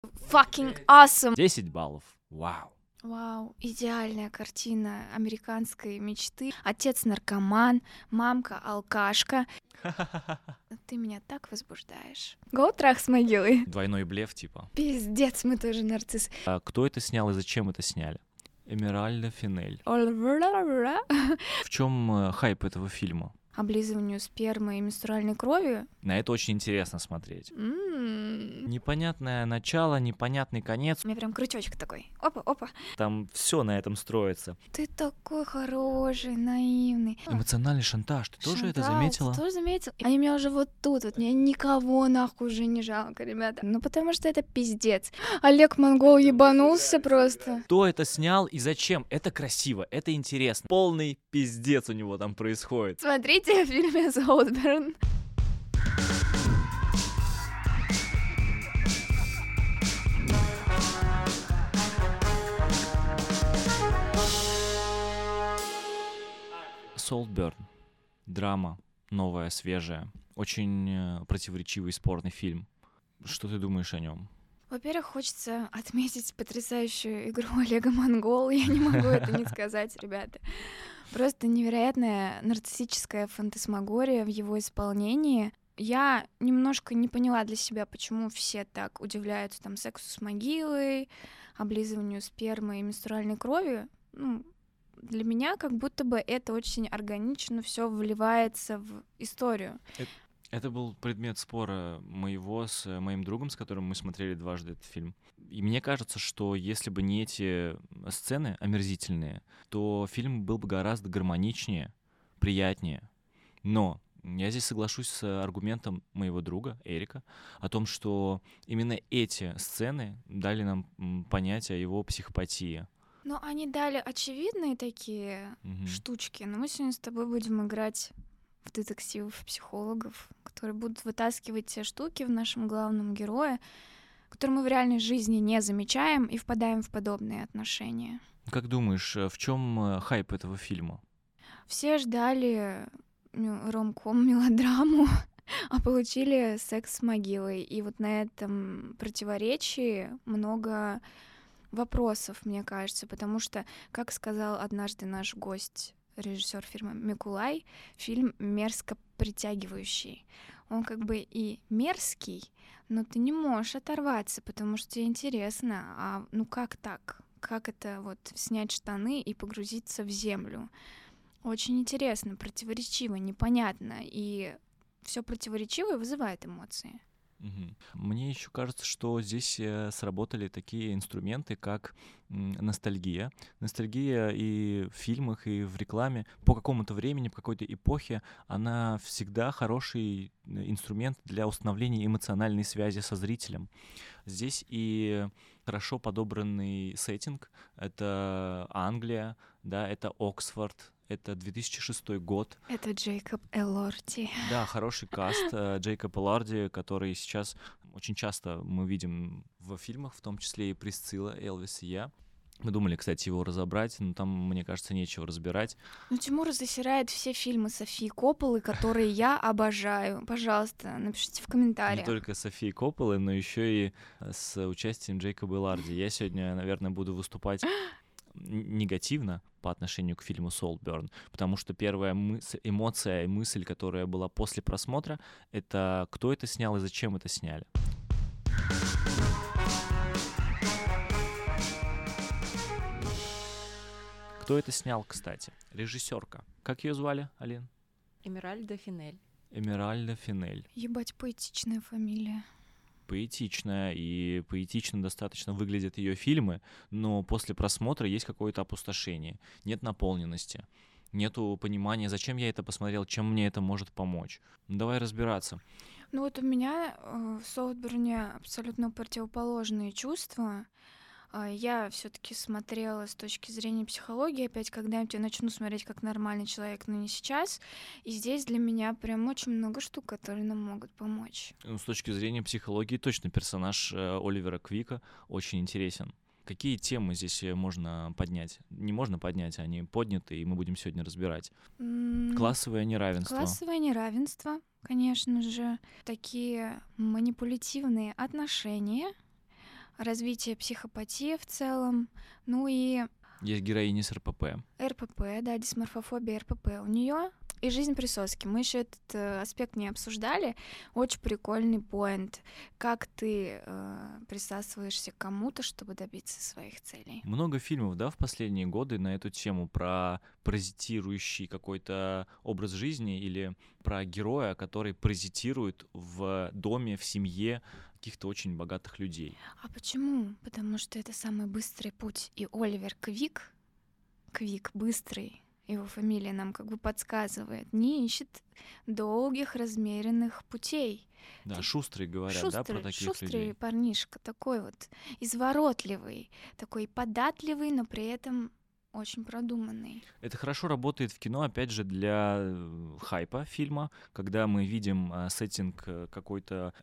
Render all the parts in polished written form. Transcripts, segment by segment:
Fucking awesome! 10 баллов. Вау. Вау, идеальная картина американской мечты. Отец наркоман, мамка алкашка. Ты меня так возбуждаешь. Go трах с могилой. Двойной блеф, типа. Пиздец, мы тоже нарцисс. А кто это снял и зачем это сняли? Эмеральда Финель. В чем хайп этого фильма? Облизыванию спермы и менструальной крови. На это очень интересно смотреть. Непонятное начало, непонятный конец. У меня прям крючочек такой. Опа. Там все на этом строится. Ты такой хороший, наивный. Эмоциональный шантаж. Ты тоже это Шантаж, заметила? Тоже заметил. Они меня уже вот тут, вот мне никого нахуй уже не жалко, ребята. Ну потому что это пиздец. Олег Монгол ебанулся просто. Кто это снял и зачем? Это красиво, это интересно. Полный пиздец у него там происходит. Смотрите в фильме «Солтберн». Saltburn. Драма. Новая, свежая. Очень противоречивый и спорный фильм. Что ты думаешь о нем? Во-первых, хочется отметить потрясающую игру Олега Монгола. Я не могу это не сказать, ребята. Просто невероятная нарциссическая фантасмагория в его исполнении. Я немножко не поняла для себя, почему все так удивляются там сексу с могилой, облизыванию спермы и менструальной крови. Ну, для меня как будто бы это очень органично все вливается в историю. Это был предмет спора моего с моим другом, с которым мы смотрели дважды этот фильм. И мне кажется, что если бы не эти сцены омерзительные, то фильм был бы гораздо гармоничнее, приятнее. Но я здесь соглашусь с аргументом моего друга Эрика о том, что именно эти сцены дали нам понять о его психопатии. Ну, они дали очевидные такие штучки, но мы сегодня с тобой будем играть в детективов, психологов, которые будут вытаскивать те штуки в нашем главном герое, которые мы в реальной жизни не замечаем и впадаем в подобные отношения. Как думаешь, в чем хайп этого фильма? Все ждали ромком, мелодраму, а получили секс с могилой. И вот на этом противоречии много вопросов, мне кажется, потому что, как сказал однажды наш гость, режиссер фильма Микулай, фильм мерзко притягивающий. Он как бы и мерзкий, но ты не можешь оторваться, потому что тебе интересно, а ну как так? Как это вот снять штаны и погрузиться в землю? Очень интересно, противоречиво, непонятно, и все противоречивое вызывает эмоции. Мне еще кажется, что здесь сработали такие инструменты, как ностальгия. Ностальгия и в фильмах, и в рекламе по какому-то времени, по какой-то эпохе, она всегда хороший инструмент для установления эмоциональной связи со зрителем. Здесь и хорошо подобранный сеттинг. Это Англия, да, это Оксфорд, это 2006 год. Это Джейкоб Элорди. Да, хороший каст. Джейкоб Элорди, который сейчас очень часто мы видим в фильмах, в том числе и «Присцилла», «Элвис и я». Мы думали, кстати, его разобрать, но там, мне кажется, нечего разбирать. Ну, Тимур засирает все фильмы Софии Копполы, которые я обожаю. Пожалуйста, напишите в комментариях. Не только Софии Копполы, но еще и с участием Джейкоба Элорди. Я сегодня, наверное, буду выступать негативно по отношению к фильму «Saltburn», потому что первая эмоция и мысль, которая была после просмотра, это кто это снял и зачем это сняли. Кто это снял, кстати? Режиссерка. Как ее звали, Алин? Эмеральда Финель. Эмеральда Финель. Ебать, поэтичная фамилия. Поэтичная, и поэтично достаточно выглядят ее фильмы, но после просмотра есть какое-то опустошение, нет наполненности, нету понимания, зачем я это посмотрел, чем мне это может помочь. Ну, давай разбираться. Ну вот у меня в «Солтберне» абсолютно противоположные чувства. Я все-таки смотрела с точки зрения психологии, опять когда-нибудь я начну смотреть как нормальный человек, но не сейчас. И здесь для меня прям очень много штук, которые нам могут помочь. Ну, с точки зрения психологии точно персонаж Оливера Квика очень интересен. Какие темы здесь можно поднять? Не можно поднять, они подняты, и мы будем сегодня разбирать. Классовое неравенство. Классовое неравенство, конечно же. Такие манипулятивные отношения, развитие психопатии в целом, ну и Есть героини с РПП. РПП, да, дисморфофобия РПП у нее. И жизнь присоски. Мы еще этот аспект не обсуждали. Очень прикольный поинт. Как ты присасываешься к кому-то, чтобы добиться своих целей. Много фильмов, да, в последние годы на эту тему про паразитирующий какой-то образ жизни или про героя, который паразитирует в доме, в семье каких-то очень богатых людей. А почему? Потому что это самый быстрый путь. И Оливер Квик, быстрый, его фамилия нам как бы подсказывает, не ищет долгих, размеренных путей. Да, шустрый говорят, да, про таких шустрый людей. парнишка, такой вот изворотливый, такой податливый, но при этом очень продуманный. Это хорошо работает в кино, опять же, для хайпа фильма, когда мы видим сеттинг какой-то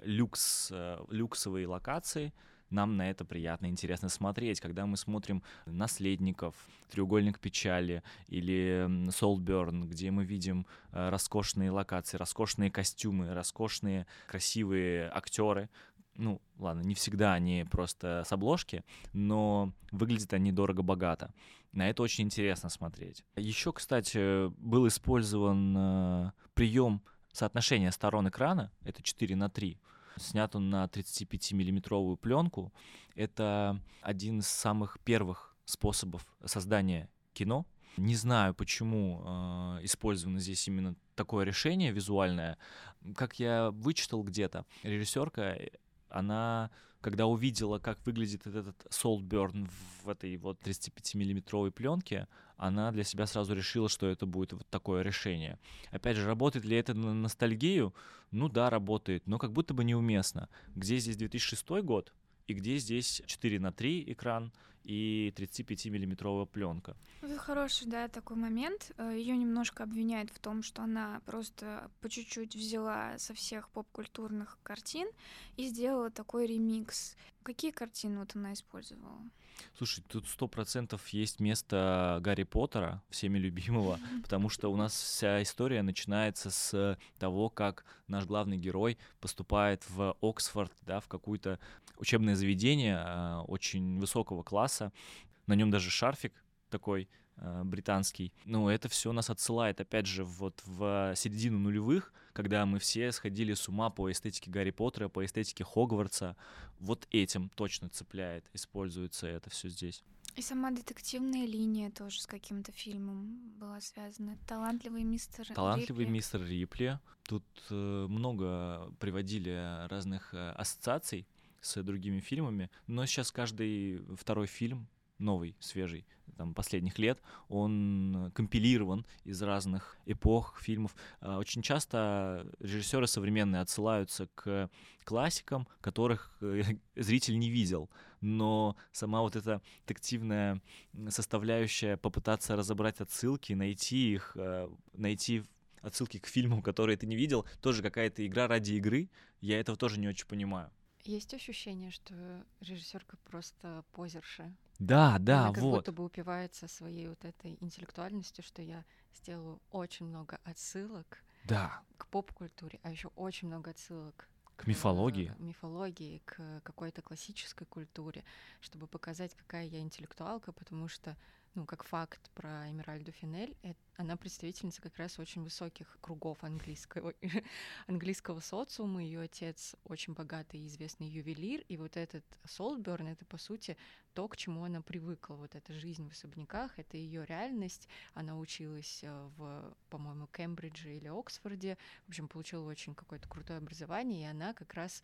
люксовой локации, нам на это приятно, интересно смотреть. Когда мы смотрим «Наследников», «Треугольник печали» или «Солтберн», где мы видим роскошные локации, роскошные костюмы, роскошные красивые актеры. Ну, ладно, не всегда они просто с обложки, но выглядят они дорого-богато. На это очень интересно смотреть. Еще, кстати, был использован прием соотношения сторон экрана, это 4:3. Снят он на 35-миллиметровую пленку. Это один из самых первых способов создания кино. Не знаю, почему использовано здесь именно такое решение визуальное. Как я вычитал где-то, режиссерка, она, когда увидела, как выглядит этот Saltburn в этой вот 35-миллиметровой пленке, она для себя сразу решила, что это будет вот такое решение. Опять же, работает ли это на ностальгию? Ну да, работает, но как будто бы неуместно. Где здесь 2006 год и где здесь 4:3 экран и 35-миллиметровая пленка? Это хороший, да, такой момент. Ее немножко обвиняют в том, что она просто по чуть-чуть взяла со всех поп-культурных картин и сделала такой ремикс. Какие картины вот она использовала? Слушай, тут 100% есть место Гарри Поттера, всеми любимого, потому что у нас вся история начинается с того, как наш главный герой поступает в Оксфорд, да, в какое-то учебное заведение очень высокого класса. На нем даже шарфик такой британский. Ну, это все нас отсылает, опять же, вот в середину нулевых, когда мы все сходили с ума по эстетике Гарри Поттера, по эстетике Хогвартса. Вот этим точно цепляет, используется это все здесь. И сама детективная линия тоже с каким-то фильмом была связана. Талантливый мистер Рипли. Тут много приводили разных ассоциаций с другими фильмами, но сейчас каждый второй фильм новый, свежий, там, последних лет, он компилирован из разных эпох, фильмов. Очень часто режиссеры современные отсылаются к классикам, которых зритель не видел, но сама вот эта детективная составляющая, попытаться разобрать отсылки, найти их, найти отсылки к фильмам, которые ты не видел, тоже какая-то игра ради игры, я этого тоже не очень понимаю. Есть ощущение, что режиссерка просто позерша. Да, Она как вот. будто бы упивается своей вот этой интеллектуальностью, что я сделаю очень много отсылок Да. к поп-культуре, а еще очень много отсылок К мифологии. мифологии, к какой-то классической культуре, чтобы показать, какая я интеллектуалка, потому что, ну, как факт про Эмиральду Финель, она представительница как раз очень высоких кругов английского социума. Ее отец очень богатый и известный ювелир, и вот этот Солтберн — это, по сути, то, к чему она привыкла. Вот эта жизнь в особняках — это ее реальность. Она училась в, по-моему, Кембридже или Оксфорде. В общем, получила очень какое-то крутое образование, и она как раз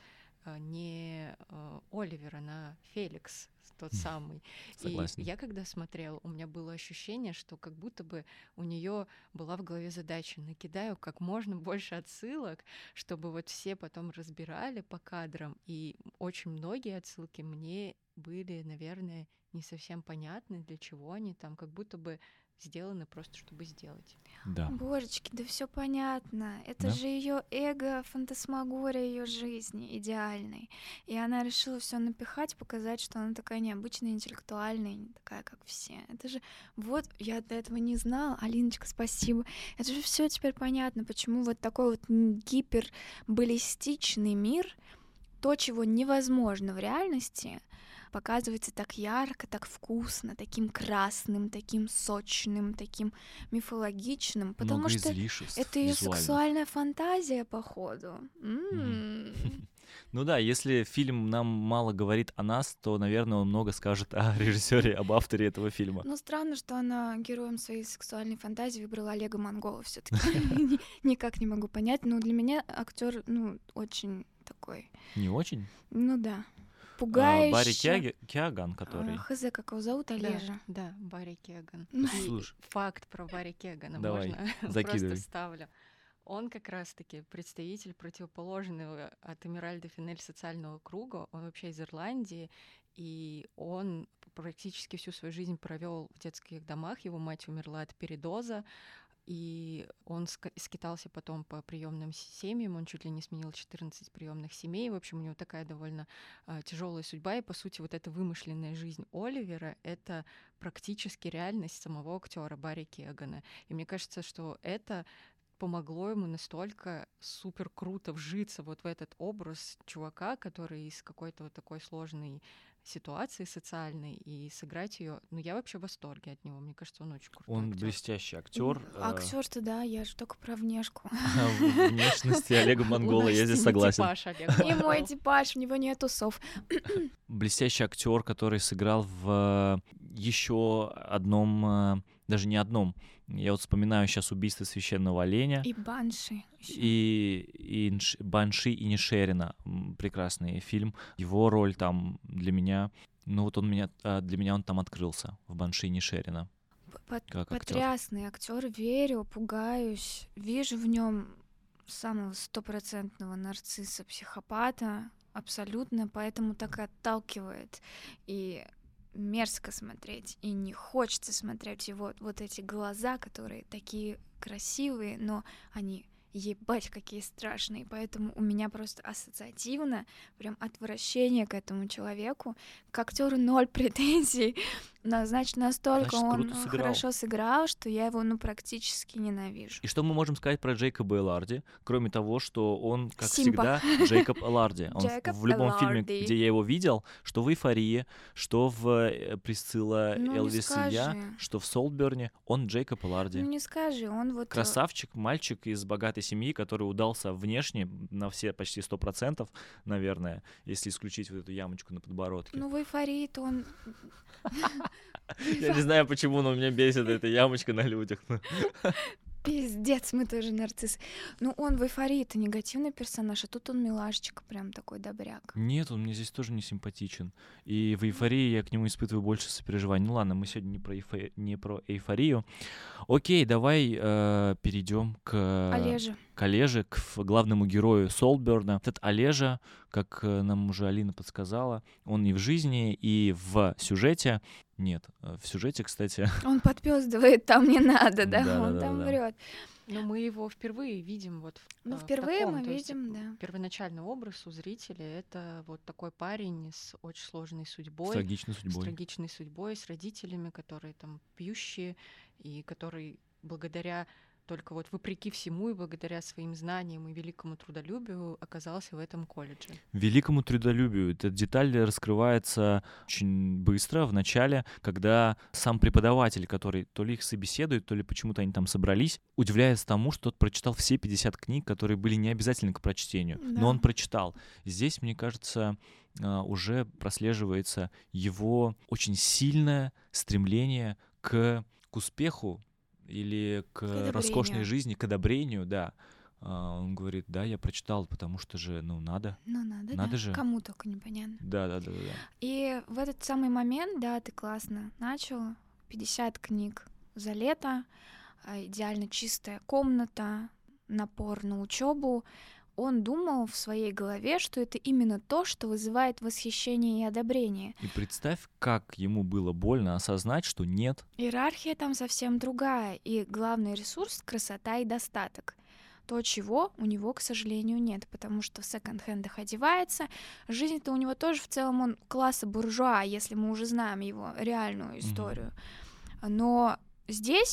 не Оливер, она Феликс, тот самый. Согласен. И я когда смотрела, у меня было ощущение, что как будто бы у нее была в голове задача: накидаю как можно больше отсылок, чтобы вот все потом разбирали по кадрам. И очень многие отсылки мне были, наверное, не совсем понятны, для чего они там, как будто бы сделаны просто, чтобы сделать. Да. Божечки, да все понятно. Это Да? же ее эго, фантасмагория ее жизни идеальной. И она решила все напихать, показать, что она такая необычная, интеллектуальная, не такая, как все. Это же вот, я до этого не знала. Алиночка, спасибо. Это же все теперь понятно, почему вот такой вот гипербаллистичный мир, то, чего невозможно в реальности, показывается так ярко, так вкусно, таким красным, таким сочным, таким мифологичным, потому Много что излишеств это ее визуальных. сексуальная фантазия, походу. Ну да, если фильм нам мало говорит о нас, то, наверное, он много скажет о режиссере, об авторе этого фильма. Ну, странно, что она героем своей сексуальной фантазии выбрала Олега Монгола все-таки. Никак не могу понять. Но для меня актер, очень такой. Не очень? Ну да. Пугающий. Барри Кеоган, который... Хз, как его зовут, Олежа? Да, Барри Кеган. Слушай. Факт про Барри Кегана Давай, можно? закидывай. Просто ставлю. Он как раз-таки представитель противоположного от Эмиральда Финель социального круга. Он вообще из Ирландии, и он практически всю свою жизнь провел в детских домах. Его мать умерла от передоза, и он скитался потом по приемным семьям. Он чуть ли не сменил 14 приемных семей. В общем, у него такая довольно тяжелая судьба. И, по сути, вот эта вымышленная жизнь Оливера — это практически реальность самого актера Барри Кегана. И мне кажется, что это помогло ему настолько супер круто вжиться вот в этот образ чувака, который из какой-то вот такой сложной ситуации социальной, и сыграть ее. Ну, я вообще в восторге от него. Мне кажется, он очень крутой. Он актер. блестящий актер. Актер-то да, я же только про внешку. Внешности Олега Монгола, я здесь согласен. Не мой типаж, у него нет усов. Блестящий актер, который сыграл в еще одном, даже не одном. Я вот вспоминаю сейчас «Убийство священного оленя». И «Банши». И «Банши» и «Нишерина». Прекрасный фильм. Его роль там для меня... Ну вот для меня он там открылся, в «Банши» и «Нишерина». Потрясный актер, верю, пугаюсь. Вижу в нем самого стопроцентного нарцисса, психопата. Абсолютно, поэтому так и отталкивает. И мерзко смотреть, и не хочется смотреть его вот эти глаза, которые такие красивые, но они ебать какие страшные, поэтому у меня просто ассоциативно прям отвращение к этому человеку, к актеру 0 претензий, но значит настолько он хорошо сыграл, что я его практически ненавижу. И что мы можем сказать про Джейкоба Эларди, кроме того, что он, как всегда, Джейкоб Эларди. Он в любом фильме, где я его видел, что в «Эйфории», что в «Присцилла Элвис и я», что в «Солтберне», он Джейкоб Эларди. Ну не скажи, он вот... Красавчик, мальчик из богатой семьи, который удался внешне на все почти 100%, наверное, если исключить вот эту ямочку на подбородке. Ну в «Эйфории»-то он... Я не знаю почему, но меня бесит эта ямочка на людях. Пиздец, мы тоже нарциссы. Ну, он в «Эйфории»-то негативный персонаж, а тут он милашечка, прям такой добряк. Нет, он мне здесь тоже не симпатичен. И в «Эйфории» я к нему испытываю больше сопереживания. Ну ладно, мы сегодня не про «Эйфорию». Окей, давай перейдем к Олеже, к главному герою Солтберна. Этот Олежа, как нам уже Алина подсказала, он и в жизни, и в сюжете. Нет, в сюжете, кстати... Он подпёздывает, там не надо, да? Он там врет. Но мы его впервые видим вот в впервые мы видим, да. Первоначальный образ у зрителя — это вот такой парень с очень сложной судьбой. С трагичной судьбой. С трагичной судьбой, с родителями, которые там пьющие, и который благодаря только вот вопреки всему и благодаря своим знаниям и великому трудолюбию оказался в этом колледже. Великому трудолюбию. Эта деталь раскрывается очень быстро в начале, когда сам преподаватель, который то ли их собеседует, то ли почему-то они там собрались, удивляется тому, что тот прочитал все 50 книг, которые были не обязательны к прочтению, но он прочитал. Здесь, мне кажется, уже прослеживается его очень сильное стремление к успеху, или к роскошной жизни, к одобрению, да. Он говорит, да, я прочитал, потому что же, надо. Надо да. Же. Кому только непонятно. Да. И в этот самый момент, да, ты классно начал. 50 книг за лето, идеально чистая комната, напор на учебу. Он думал в своей голове, что это именно то, что вызывает восхищение и одобрение. И представь, как ему было больно осознать, что нет. Иерархия там совсем другая, и главный ресурс — красота и достаток. То, чего у него, к сожалению, нет, потому что в секонд-хендах одевается. Жизнь-то у него тоже в целом он класса буржуа, если мы уже знаем его реальную историю. Но здесь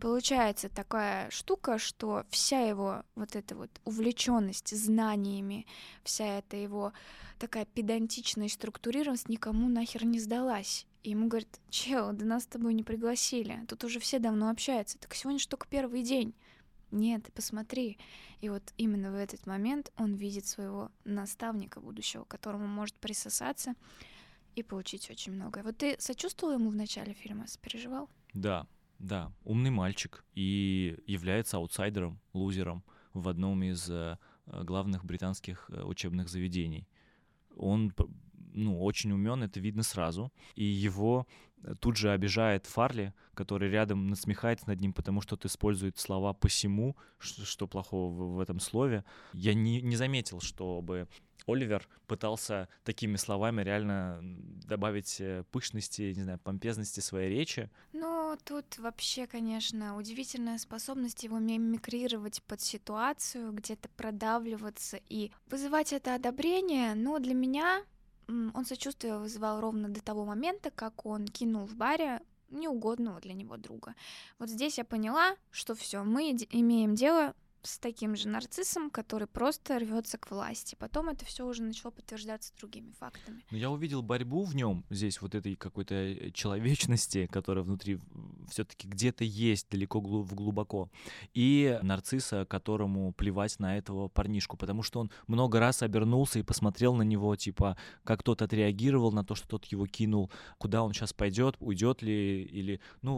получается такая штука, что вся его вот эта вот увлеченность знаниями, вся эта его такая педантичная структурированность никому нахер не сдалась. И ему говорят: чел, да нас с тобой не пригласили, тут уже все давно общаются, так сегодня ж только первый день. Нет, ты посмотри. И вот именно в этот момент он видит своего наставника будущего, к которому может присосаться и получить очень многое. Вот ты сочувствовал ему в начале фильма, сопереживал? Да, умный мальчик и является аутсайдером, лузером в одном из главных британских учебных заведений. Он очень умен, это видно сразу. И его тут же обижает Фарли, который рядом насмехается над ним, потому что тот использует слова «посему», что плохого в этом слове. Я не заметил, чтобы Оливер пытался такими словами реально добавить пышности, не знаю, помпезности своей речи. Ну, тут вообще, конечно, удивительная способность его мимикрировать под ситуацию, где-то продавливаться и вызывать это одобрение, но для меня он сочувствие вызывал ровно до того момента, как он кинул в баре неугодного для него друга. Вот здесь я поняла, что все, мы имеем дело с таким же нарциссом, который просто рвется к власти. Потом это все уже начало подтверждаться другими фактами. Но я увидел борьбу в нем здесь, вот этой какой-то человечности, которая внутри все-таки где-то есть, далеко глубоко, и нарцисса, которому плевать на этого парнишку, потому что он много раз обернулся и посмотрел на него, типа, как тот отреагировал на то, что тот его кинул, куда он сейчас пойдет, уйдет ли, или,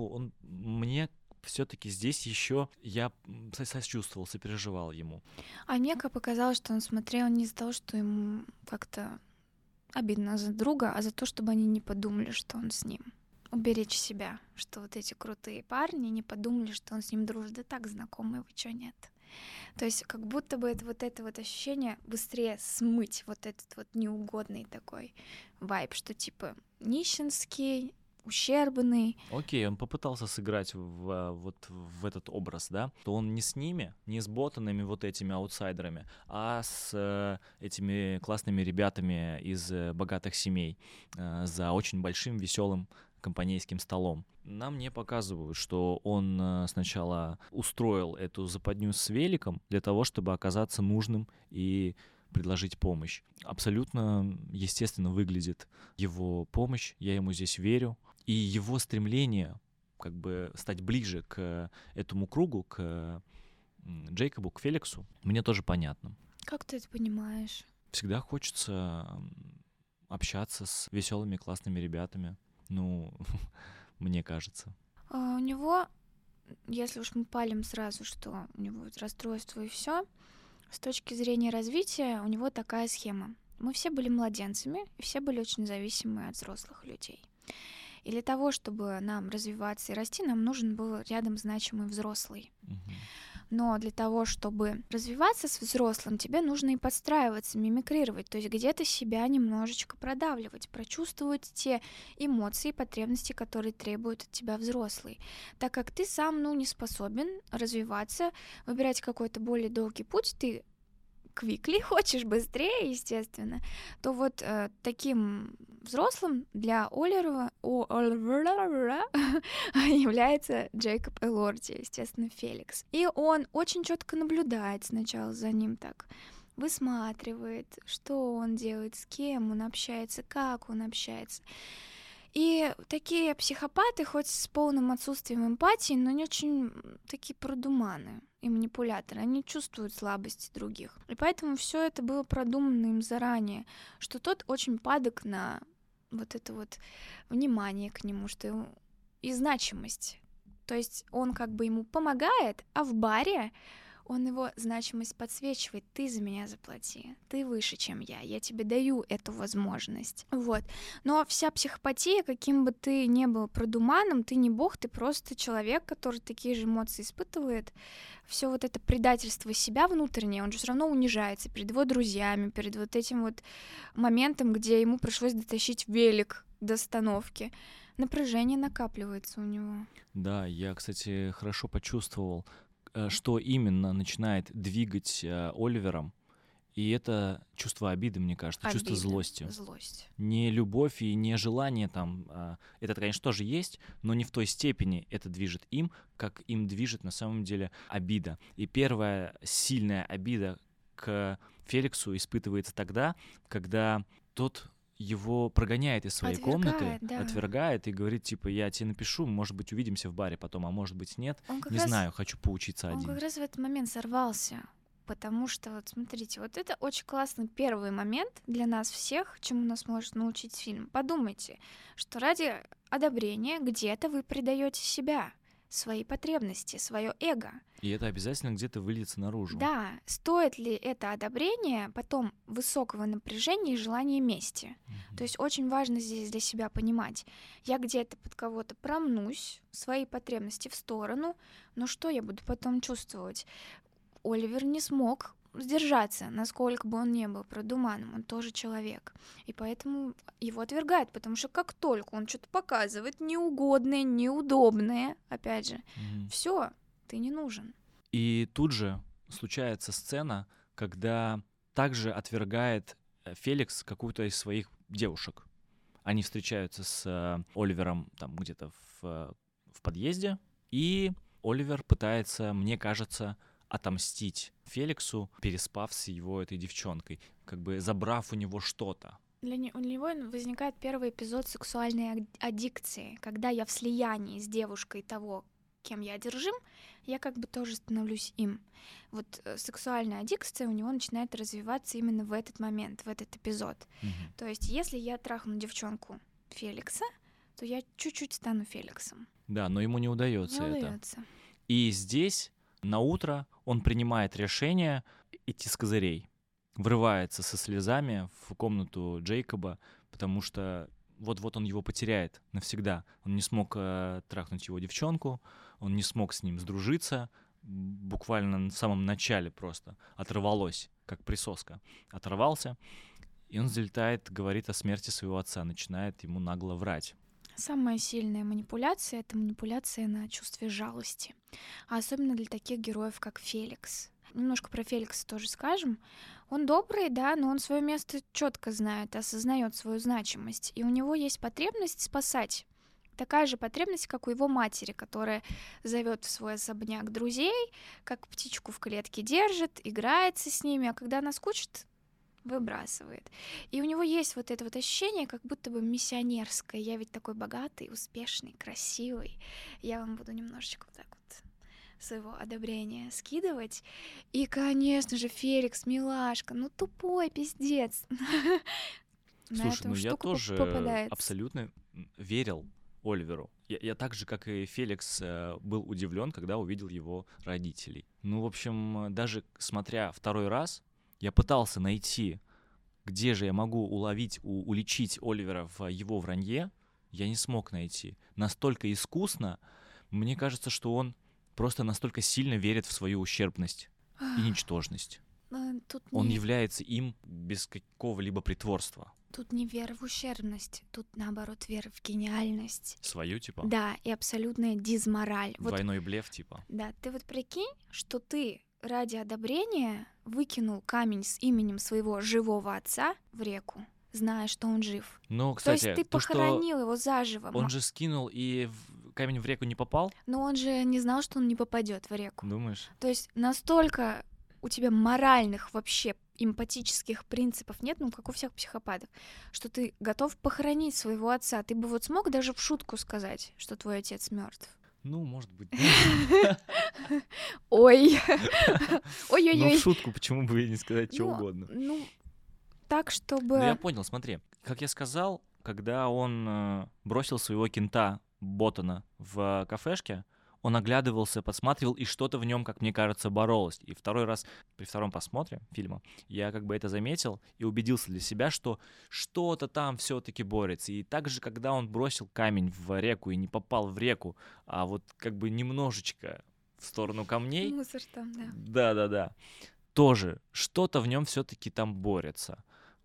мне все-таки здесь еще я сочувствовал, сопереживал ему. А мне показалось, что он смотрел не из-за того, что ему как-то обидно за друга, а за то, чтобы они не подумали, что он с ним. Уберечь себя, что вот эти крутые парни не подумали, что он с ним дружит. Да так, знакомый, вы чё, нет? То есть как будто бы это вот ощущение быстрее смыть вот этот вот неугодный такой вайб, что типа нищенский, ущербный. Окей, он попытался сыграть в этот образ, да, то он не с ними, не с ботанными вот этими аутсайдерами, а с этими классными ребятами из богатых семей за очень большим веселым компанейским столом. Нам не показывают, что он сначала устроил эту западню с великом для того, чтобы оказаться нужным и предложить помощь. Абсолютно естественно выглядит его помощь, я ему здесь верю. И его стремление как бы стать ближе к этому кругу, к Джейкобу, к Феликсу, мне тоже понятно. Как ты это понимаешь? Всегда хочется общаться с веселыми, классными ребятами. Мне кажется. У него, если уж мы палим сразу, что у него расстройство и все, с точки зрения развития у него такая схема. Мы все были младенцами, и все были очень зависимы от взрослых людей. И для того, чтобы нам развиваться и расти, нам нужен был рядом значимый взрослый. Но для того, чтобы развиваться с взрослым, тебе нужно и подстраиваться, мимикрировать, то есть где-то себя немножечко продавливать, прочувствовать те эмоции, потребности, которые требуют от тебя взрослый. Так как ты сам, не способен развиваться, выбирать какой-то более долгий путь, ты квикли, хочешь быстрее, естественно, то вот таким взрослым для Оливера является Джейкоб Элорди, естественно, Феликс. И он очень четко наблюдает сначала за ним так, высматривает, что он делает, с кем он общается, как он общается. И такие психопаты, хоть с полным отсутствием эмпатии, но не очень такие продуманы и манипуляторы. Они чувствуют слабости других. И поэтому все это было продумано им заранее, что тот очень падок на вот это вот внимание к нему, что и значимость. То есть он как бы ему помогает, а в баре он его значимость подсвечивает. Ты за меня заплати, ты выше, чем я тебе даю эту возможность. Вот. Но вся психопатия, каким бы ты ни был продуманным, ты не бог, ты просто человек, который такие же эмоции испытывает. Все вот это предательство себя внутреннее, он же все равно унижается перед его друзьями, перед вот этим вот моментом, где ему пришлось дотащить велик до остановки. Напряжение накапливается у него. Да, я, кстати, хорошо почувствовал, что именно начинает двигать Оливером И это чувство обиды, мне кажется, чувство Обида, злости. злость. Не любовь и не желание там. Это, конечно, тоже есть, но не в той степени это движет им, как им движет на самом деле обида. И первая сильная обида к Феликсу испытывается тогда, когда тот его прогоняет из своей комнаты, Да. отвергает и говорит, типа, я тебе напишу, может быть, увидимся в баре потом, а может быть, нет. Он как Не раз, знаю, хочу поучиться он один. как раз в этот момент сорвался. Потому что, вот смотрите, вот это очень классный первый момент для нас всех, чему нас может научить фильм. Подумайте, что ради одобрения где-то вы предаете себя, свои потребности, свое эго. И это обязательно где-то выльется наружу. Да, стоит ли это одобрение потом высокого напряжения и желания мести? То есть очень важно здесь для себя понимать. Я где-то под кого-то промнусь, свои потребности в сторону, но что я буду потом чувствовать? Оливер не смог сдержаться, насколько бы он ни был продуманным, он тоже человек. И поэтому его отвергают, потому что как только он что-то показывает неугодное, неудобное, опять же, все, ты не нужен. И тут же случается сцена, когда также отвергает Феликс какую-то из своих девушек. Они встречаются с Оливером там где-то в подъезде, и Оливер пытается, мне кажется, отомстить Феликсу, переспав с его этой девчонкой, как бы забрав у него что-то. У него возникает первый эпизод сексуальной аддикции, когда я в слиянии с девушкой того, кем я одержим, я как бы тоже становлюсь им. Вот сексуальная аддикция у него начинает развиваться именно в этот момент, в этот эпизод. То есть если я трахну девчонку Феликса, то я чуть-чуть стану Феликсом. Да, но ему не удается это. И здесь на утро он принимает решение идти с козырей, врывается со слезами в комнату Джейкоба, потому что вот-вот он его потеряет навсегда. Он не смог трахнуть его девчонку, он не смог с ним сдружиться, буквально в самом начале просто оторвалось, как присоска. Оторвался, и он залетает, говорит о смерти своего отца, начинает ему нагло врать. Самая сильная манипуляция — это манипуляция на чувстве жалости. А особенно для таких героев, как Феликс. Немножко про Феликса тоже скажем. Он добрый, да, но он свое место четко знает, осознает свою значимость. И у него есть потребность спасать. Такая же потребность, как у его матери, которая зовет в свой особняк друзей, как птичку в клетке держит, играется с ними, а когда она скучит, выбрасывает. И у него есть вот это вот ощущение, как будто бы миссионерское. Я ведь такой богатый, успешный, красивый. Я вам буду немножечко вот так вот своего одобрения скидывать. И, конечно же, Феликс, милашка, ну тупой пиздец. Слушай, ну я тоже абсолютно верил Оливеру. Я так же, как и Феликс, был удивлен, когда увидел его родителей. Ну, в общем, даже смотря второй раз, я пытался найти, где же я могу уличить Оливера в его вранье. Я не смог найти. Настолько искусно, мне кажется, что он просто настолько сильно верит в свою ущербность и ничтожность. Он является им без какого-либо притворства. Тут не вера в ущербность, тут, наоборот, вера в гениальность. Свою, типа? Да, и абсолютная дизмораль. Двойной блеф, типа? Да, ты вот прикинь, что ты ради одобрения выкинул камень с именем своего живого отца в реку, зная, что он жив. Ну, кстати, то есть ты похоронил его заживо. Он же скинул, и камень в реку не попал? Но он же не знал, что он не попадет в реку. Думаешь? То есть настолько у тебя моральных вообще эмпатических принципов нет, ну, как у всех психопатов, что ты готов похоронить своего отца. Ты бы вот смог даже в шутку сказать, что твой отец мертв. Ну, может быть. Ой. Ой-ой-ой. Ну, в шутку, почему бы и не сказать что угодно. Ну, так, чтобы... Ну, я понял, смотри. Как я сказал, когда он бросил своего кента Боттона в кафешке, он оглядывался, подсматривал, и что-то в нем, как мне кажется, боролось. И второй раз, при втором просмотре фильма, я как бы это заметил и убедился для себя, что что-то там все-таки борется. И также, когда он бросил камень в реку и не попал в реку, а вот как бы немножечко в сторону камней... Мусор там, да. Да-да-да. Тоже что-то в нем все-таки там борется.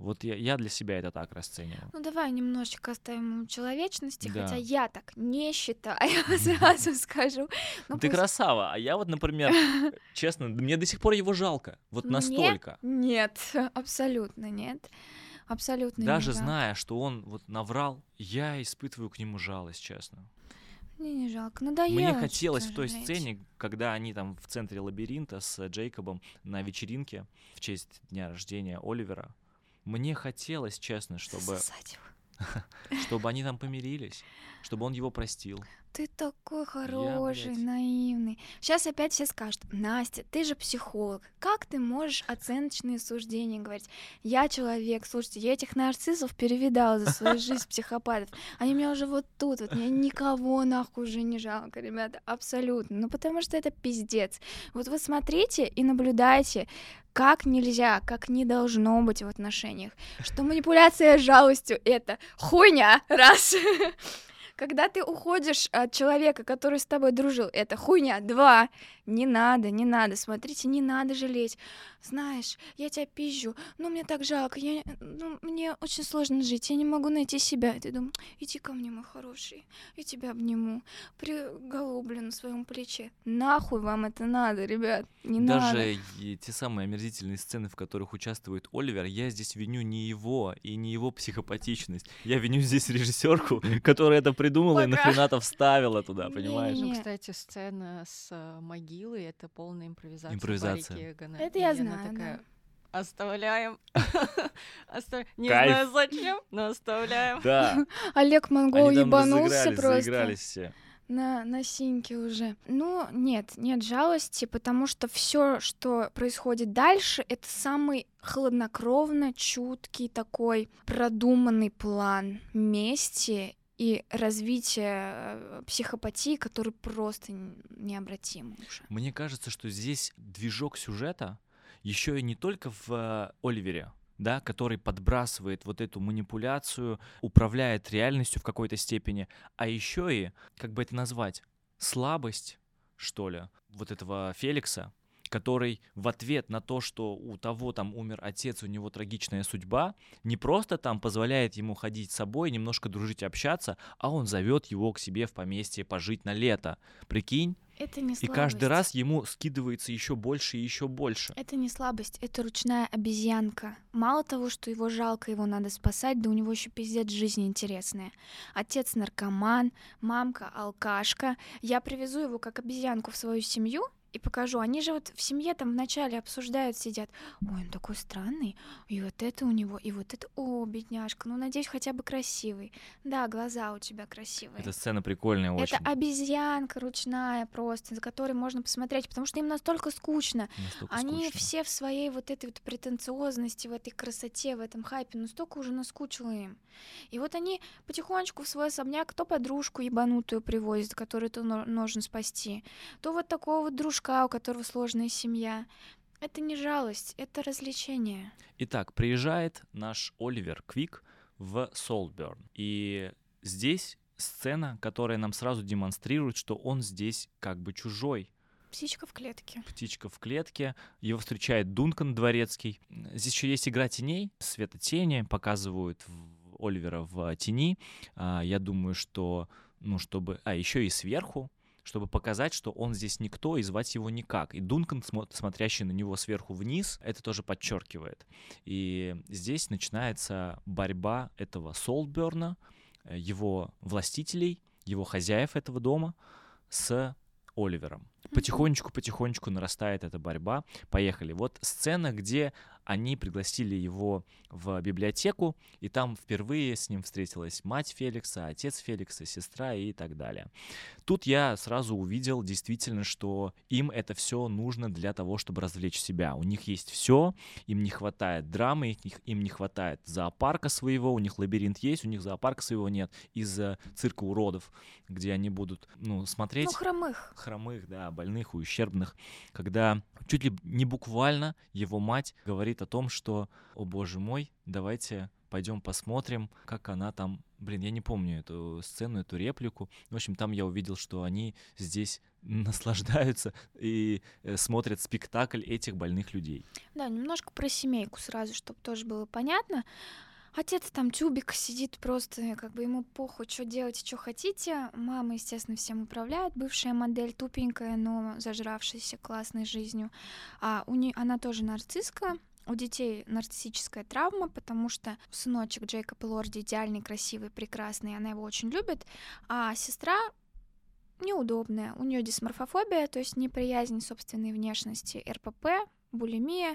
Вот я для себя это так расцениваю. Ну давай немножечко оставим ему человечности, Да. хотя я так не считаю, сразу скажу. Ну, Ты пусть- красава, а я вот, например, честно, мне до сих пор его жалко. Вот Мне настолько. Нет, абсолютно нет. Абсолютно Даже не жалко. зная, что он вот наврал, я испытываю к нему жалость, честно. Мне не жалко. Надоело. Мне хотелось в что-то той жрать. сцене, когда они там в центре лабиринта с Джейкобом на вечеринке в честь дня рождения Оливера, мне хотелось, честно, чтобы Засосать его. чтобы они там помирились, чтобы он его простил. Ты такой хороший, блядь. наивный. Сейчас опять все скажут: Настя, ты же психолог. Как ты можешь оценочные суждения говорить? Я человек, слушайте, я этих нарциссов перевидала за свою жизнь, психопатов. Они у меня уже вот тут, вот мне никого нахуй уже не жалко, ребята, абсолютно. Ну потому что это пиздец. Вот вы смотрите и наблюдайте, как нельзя, как не должно быть в отношениях. Что манипуляция жалостью — это хуйня, раз. Когда ты уходишь от человека, который с тобой дружил, это хуйня. 2. Не надо, смотрите, не надо жалеть. Знаешь, я тебя пизжу, но мне так жалко, мне очень сложно жить, я не могу найти себя. И ты думаешь: иди ко мне, мой хороший, я тебя обниму, приголублю на своем плече. Нахуй вам это надо, ребят, не надо. Даже те самые омерзительные сцены, в которых участвует Оливер, я здесь виню не его и не его психопатичность. Я виню здесь режиссерку, которая это придумала и Пока. нахрена-то вставила туда, Не, понимаешь? не, Ну, не. кстати, сцена с могилой — это полная импровизация. Импровизация. Барри Кегана. Это И я она знаю, такая: да. оставляем. Не Кайф. знаю зачем, но оставляем. Да, Олег Монгол они там ебанулся просто. заигрались все. На синьке уже. Ну, нет жалости, потому что все, что происходит дальше, это самый хладнокровно чуткий такой продуманный план мести и развития психопатии, который просто необратим уже. Мне кажется, что здесь движок сюжета еще и не только в Оливере, да, который подбрасывает вот эту манипуляцию, управляет реальностью в какой-то степени, а еще и, как бы это назвать, слабость, что ли, вот этого Феликса, который в ответ на то, что у того там умер отец, у него трагичная судьба, не просто там позволяет ему ходить с собой, немножко дружить, общаться, а он зовет его к себе в поместье пожить на лето. Прикинь? Это не И слабость. каждый раз ему скидывается еще больше и еще больше. Это не слабость, это ручная обезьянка. Мало того, что его жалко, его надо спасать, да у него еще пиздец жизнь интересная. Отец наркоман, мамка алкашка. Я привезу его как обезьянку в свою семью и покажу. Они же вот в семье там вначале обсуждают, сидят: ой, он такой странный, и вот это у него, и вот это, о, бедняжка, ну, надеюсь, хотя бы красивый. Да, глаза у тебя красивые. Эта сцена прикольная очень. Это обезьянка ручная просто, за которой можно посмотреть, потому что им настолько скучно. Настолько Они скучно. все в своей вот этой вот претенциозности, в этой красоте, в этом хайпе, настолько уже наскучило им. И вот они потихонечку в свой особняк то подружку ебанутую привозят, которую то нужно спасти, то вот такого вот дружка, у которого сложная семья. Это не жалость, это развлечение. Итак, приезжает наш Оливер Квик в Солтберн. И здесь сцена, которая нам сразу демонстрирует, что он здесь как бы чужой. Птичка в клетке. Птичка в клетке. Его встречает Дункан Дворецкий. Здесь еще есть игра теней, светотени. Показывают Оливера в тени. Я думаю, что, чтобы... еще и сверху, чтобы показать, что он здесь никто и звать его никак. И Дункан, смотрящий на него сверху вниз, это тоже подчеркивает. И здесь начинается борьба этого Солтберна, его властителей, его хозяев этого дома с Оливером. Потихонечку нарастает эта борьба. Поехали. Вот сцена, где они пригласили его в библиотеку, и там впервые с ним встретилась мать Феликса, отец Феликса, сестра и так далее. Тут я сразу увидел действительно, что им это все нужно для того, чтобы развлечь себя. У них есть все, им не хватает драмы, им не хватает зоопарка своего, у них лабиринт есть, у них зоопарка своего нет, из-за цирка уродов, где они будут, смотреть... Хромых, да, больных и ущербных, когда чуть ли не буквально его мать говорит о том, что, о боже мой, давайте пойдем посмотрим, как она там... Блин, я не помню эту сцену, эту реплику. В общем, там я увидел, что они здесь наслаждаются и смотрят спектакль этих больных людей. Да, немножко про семейку сразу, чтобы тоже было понятно. Отец там тюбик сидит просто, как бы ему похуй, что делать, что хотите. Мама, естественно, всем управляет. Бывшая модель тупенькая, но зажравшаяся классной жизнью. Она тоже нарцисска. У детей нарциссическая травма, потому что сыночек Джейкоб Элорди идеальный, красивый, прекрасный, она его очень любит, а сестра неудобная. У нее дисморфофобия, то есть неприязнь собственной внешности, РПП, булимия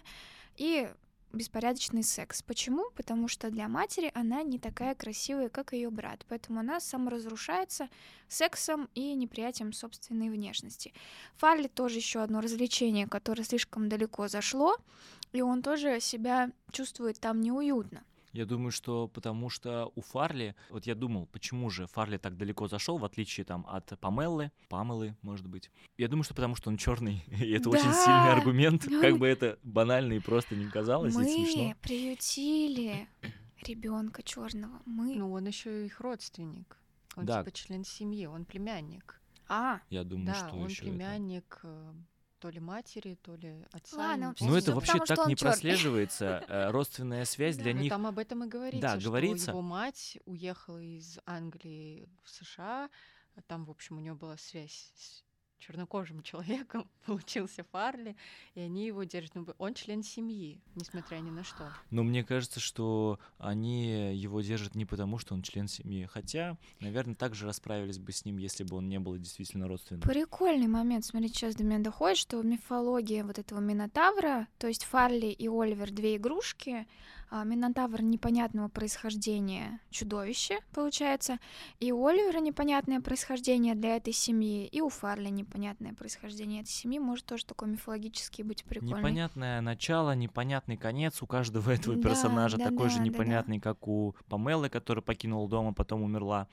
и беспорядочный секс. Почему? Потому что для матери она не такая красивая, как ее брат. Поэтому она саморазрушается сексом и неприятием собственной внешности. Фарли тоже еще одно развлечение, которое слишком далеко зашло, и он тоже себя чувствует там неуютно. Я думаю, что потому что у Фарли, вот я думал, почему же Фарли так далеко зашел, в отличие там от Памелы, может быть. Я думаю, что потому что он черный, и это очень сильный аргумент, как бы это банально и просто не казалось, и смешно. Мы приютили ребенка черного. Ну, он еще и их родственник. Он типа член семьи, он племянник. Я думаю, да, что он еще племянник то ли матери, то ли отца. Ладно, ну это вообще потому, так не чёрный. прослеживается. Родственная связь для них. Там об этом и говорится, Да, что говорится. его мать уехала из Англии в США, там, в общем, у нее была связь с чернокожим человеком, получился Фарли, и они его держат. Ну, он член семьи, несмотря ни на что. Но мне кажется, что они его держат не потому, что он член семьи. Хотя, наверное, также расправились бы с ним, если бы он не был действительно родственным. Прикольный момент, смотрите, сейчас до меня доходит, что мифология вот этого Минотавра, то есть Фарли и Оливер — две игрушки, Минотавр непонятного происхождения, чудовище, получается, и у Оливера непонятное происхождение для этой семьи, и у Фарли непонятное происхождение этой семьи, может тоже такой мифологический быть прикольный. Непонятное начало, непонятный конец у каждого этого персонажа, такой же непонятный, как у Памелы, которая покинула дом, а потом умерла.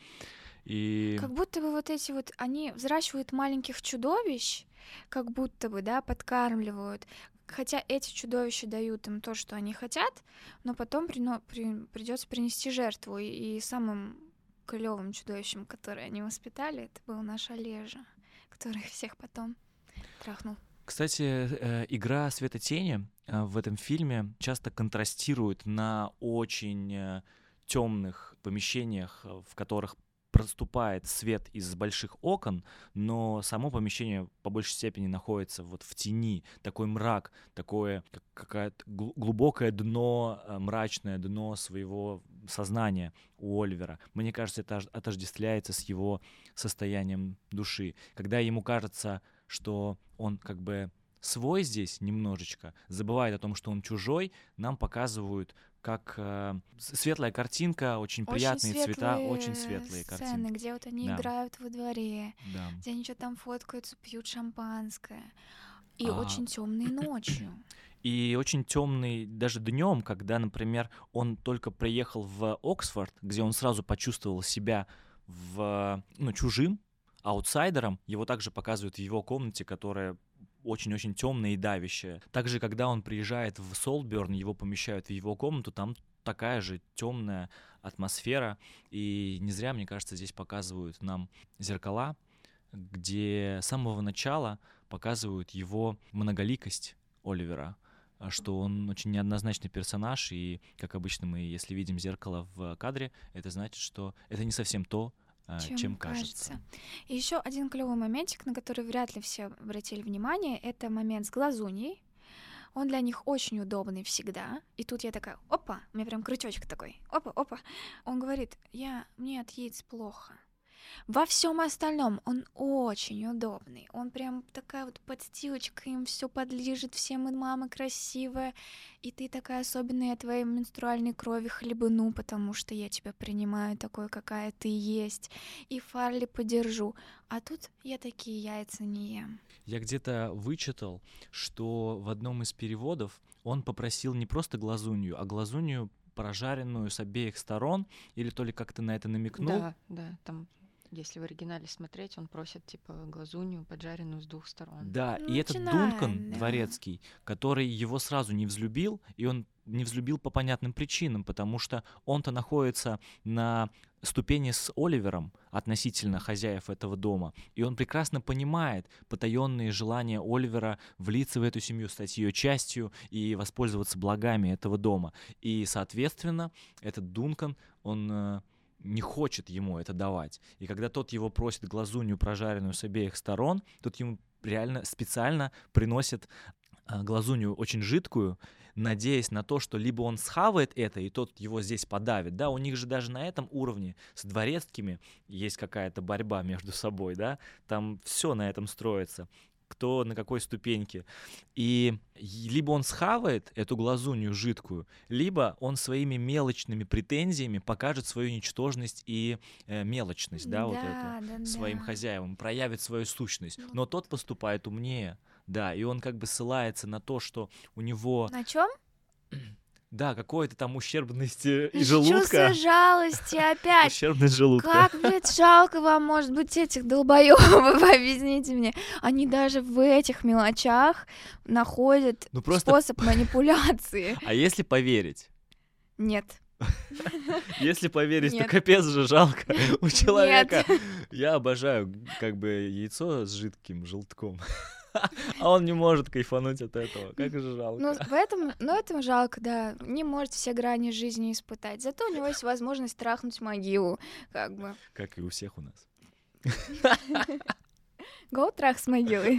И... Как будто бы вот эти вот, они взращивают маленьких чудовищ, как будто бы, да, подкармливают. Хотя эти чудовища дают им то, что они хотят, но потом придется принести жертву. И самым клевым чудовищем, которое они воспитали, это был наш Олежа, который их всех потом трахнул. Кстати, игра света-тени в этом фильме часто контрастирует на очень темных помещениях, в которых проступает свет из больших окон, но само помещение по большей степени находится вот в тени, такой мрак, такое какое-то глубокое дно, мрачное дно своего сознания у Оливера. Мне кажется, это отождествляется с его состоянием души. Когда ему кажется, что он как бы свой здесь немножечко, забывает о том, что он чужой, нам показывают как светлая картинка, очень приятные цвета, очень светлые сцены, картинки. где вот они играют во дворе, да. где они что-то там фоткаются, пьют шампанское. И очень темные ночью. И очень темный даже днем, когда, например, он только приехал в Оксфорд, где он сразу почувствовал себя чужим, аутсайдером, его также показывают в его комнате, которая очень-очень темная и давящая. Также, когда он приезжает в Солберн, его помещают в его комнату, там такая же темная атмосфера. И не зря, мне кажется, здесь показывают нам зеркала, где с самого начала показывают его многоликость Оливера, что он очень неоднозначный персонаж, и, как обычно, мы, если видим зеркало в кадре, это значит, что это не совсем то, чем кажется. И еще один клевый моментик, на который вряд ли все обратили внимание, это момент с глазуньей. Он для них очень удобный всегда. И тут я такая, опа, у меня прям крючочек такой, опа. Он говорит, мне от яиц плохо. Во всем остальном он очень удобный. Он прям такая вот подстилочка, им все подлижет, всем и мама красивая. И ты такая особенная, я твоей менструальной крови хлебну, потому что я тебя принимаю такой, какая ты есть. И Фарли подержу. А тут я такие яйца не ем. Я где-то вычитал, что в одном из переводов он попросил не просто глазунью, а глазунью прожаренную с обеих сторон, или то ли как-то на это намекнул. Да, там если в оригинале смотреть, он просит, типа, глазунью поджаренную с 2 сторон. Да, Ну, и этот начинаем, Дункан да. Дворецкий, который его сразу не взлюбил, и он не взлюбил по понятным причинам, потому что он-то находится на ступени с Оливером относительно хозяев этого дома, и он прекрасно понимает потаенные желания Оливера влиться в эту семью, стать ее частью и воспользоваться благами этого дома. И, соответственно, этот Дункан, он не хочет ему это давать. И когда тот его просит глазунью, прожаренную с обеих сторон, тот ему реально специально приносит глазунью очень жидкую, надеясь на то, что либо он схавает это, и тот его здесь подавит, да, у них же даже на этом уровне с дворецкими есть какая-то борьба между собой, да, там все на этом строится, кто на какой ступеньке. И либо он схавает эту глазунью жидкую, либо он своими мелочными претензиями покажет свою ничтожность и мелочность, да, вот эту своим хозяевам, проявит свою сущность. Но тот поступает умнее, да, и он как бы ссылается на то, что у него... На чем? Да, какой-то там ущербность желудка. Чувство жалости опять. Ущербность желудка. Как, блядь, жалко вам, может быть, этих долбоёбов, объясните мне. Они даже в этих мелочах находят способ манипуляции. А если поверить? Нет. Если поверить, то капец же жалко у человека. Нет. Я обожаю как бы яйцо с жидким желтком. А он не может кайфануть от этого. Как же жалко. Ну, это жалко, да. Не может все грани жизни испытать. Зато у него есть возможность трахнуть могилу, как бы. Как и у всех у нас. Гоу трах с могилой.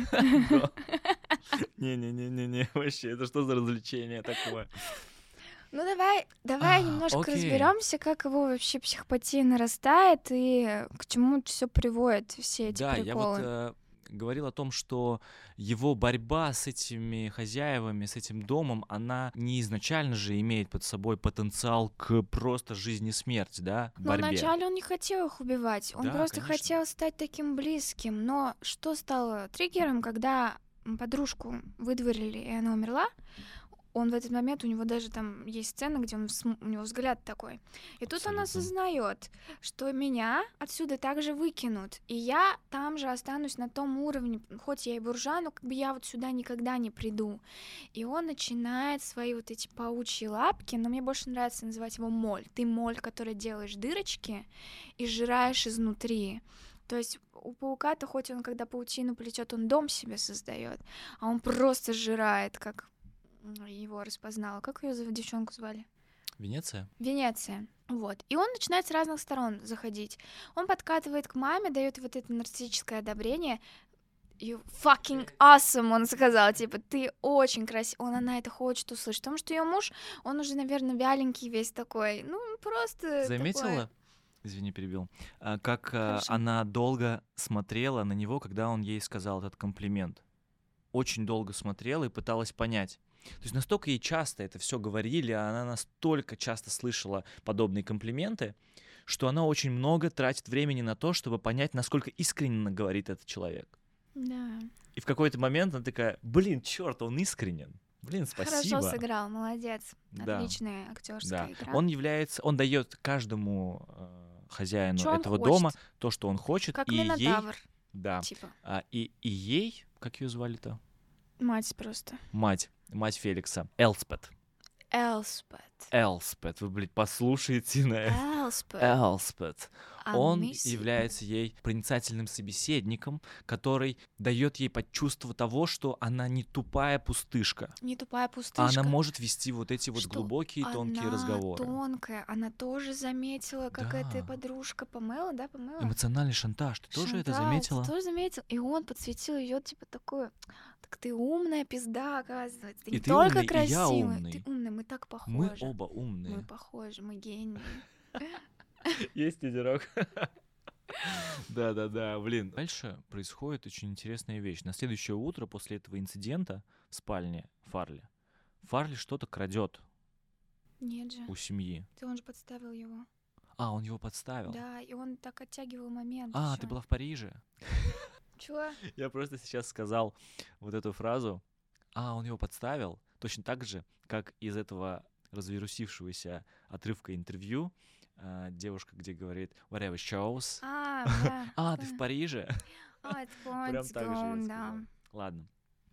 Не-не-не-не-не, вообще, это что за развлечение такое? Ну давай немножко разберемся, как его вообще психопатия нарастает и к чему все приводит, все эти приколы. Я вот говорил о том, что его борьба с этими хозяевами, с этим домом, она не изначально же имеет под собой потенциал к просто жизни и смерти, да, борьбе. Но вначале он не хотел их убивать, он просто хотел стать таким близким. Но что стало триггером, когда подружку выдворили, и она умерла? Он в этот момент, у него даже там есть сцена, где у него взгляд такой. И тут он осознает, что меня отсюда также выкинут, и я там же останусь на том уровне, хоть я и буржуа, но как бы я вот сюда никогда не приду. И он начинает свои вот эти паучьи лапки, но мне больше нравится называть его моль. Ты моль, которая делаешь дырочки и сжираешь изнутри. То есть у паука-то, хоть он, когда паутину плетет, он дом себе создает, а он просто сжирает, как... Его распознала. Как ее девчонку звали? Венеция? Венеция. Вот. И он начинает с разных сторон заходить. Он подкатывает к маме, дает вот это нарциссическое одобрение. You fucking awesome, он сказал, типа, ты очень красивый. Она это хочет услышать. Потому что ее муж, он уже, наверное, вяленький весь такой. Ну, просто заметила? Такое... Извини, перебил. Как она долго смотрела на него, когда он ей сказал этот комплимент. Очень долго смотрела и пыталась понять. То есть настолько ей часто это все говорили, она настолько часто слышала подобные комплименты, что она очень много тратит времени на то, чтобы понять, насколько искренне говорит этот человек. Да. И в какой-то момент она такая, блин, черт, он искренен. Блин, спасибо. Хорошо сыграл, молодец. Да. Отличная актерская игра. Он дает каждому хозяину этого хочет. Дома то, что он хочет. Как и Минотавр. Ей, да. Типа. И ей, как ее звали-то? Мать просто. Мать Феликса. Элспет. Элспет. Вы, блядь, послушайте на Элспет. Он является ей проницательным собеседником, который дает ей почувство того, что она не тупая пустышка. А она может вести вот эти вот глубокие, тонкие разговоры. Она тонкая, она тоже заметила, как эта подружка Памела. Эмоциональный шантаж. Ты тоже это заметила? Ты тоже заметил. И он подсветил ее типа такой... Так ты умная пизда, оказывается. Ты не только умный, красивый. И я умный. Ты умный, мы так похожи. Мы оба умные. Мы похожи, мы гении. Есть ветерок. Да, блин. Дальше происходит очень интересная вещь. На следующее утро после этого инцидента в спальне Фарли что-то крадет. Нет же. У семьи. Он же подставил его. Он его подставил? Да, и он так оттягивал момент. Ты была в Париже? Чего? Я просто сейчас сказал вот эту фразу. Он его подставил. Точно так же, как из этого развирусившегося отрывка интервью девушка, где говорит whatever shows. А, ты в Париже? Oh, it's Прям going так же я down. сказал. Ладно.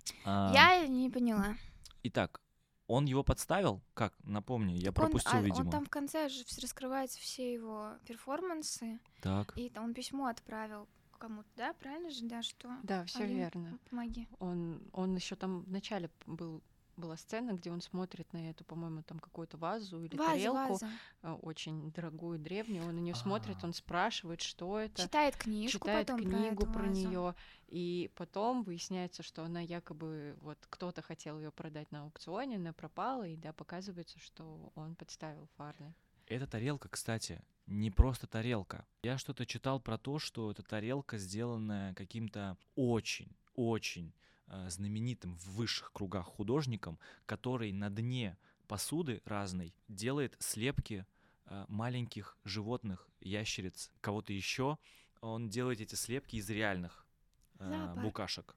Я не поняла. Итак, он его подставил? Как? Напомни, я пропустил, Он видимо. там в конце же раскрываются все его перформансы, Так. и он письмо отправил кому-то, да? Правильно же, да, что? Да, все Алин, верно. помоги. Он еще там в начале была сцена, где он смотрит на эту, по-моему, там какую-то вазу или тарелку, Ваза. очень дорогую, древнюю. Он на нее смотрит, он спрашивает, что это. Читает книжку Читает потом книгу про про эту вазу. нее, и потом выясняется, что она якобы вот кто-то хотел ее продать на аукционе, она пропала, и да, показывается, что он подставил Фарли. Эта тарелка, кстати, не просто тарелка. Я что-то читал про то, что эта тарелка сделанная каким-то очень знаменитым в высших кругах художником, который на дне посуды разной делает слепки маленьких животных, ящериц, кого-то еще. Он делает эти слепки из реальных букашек.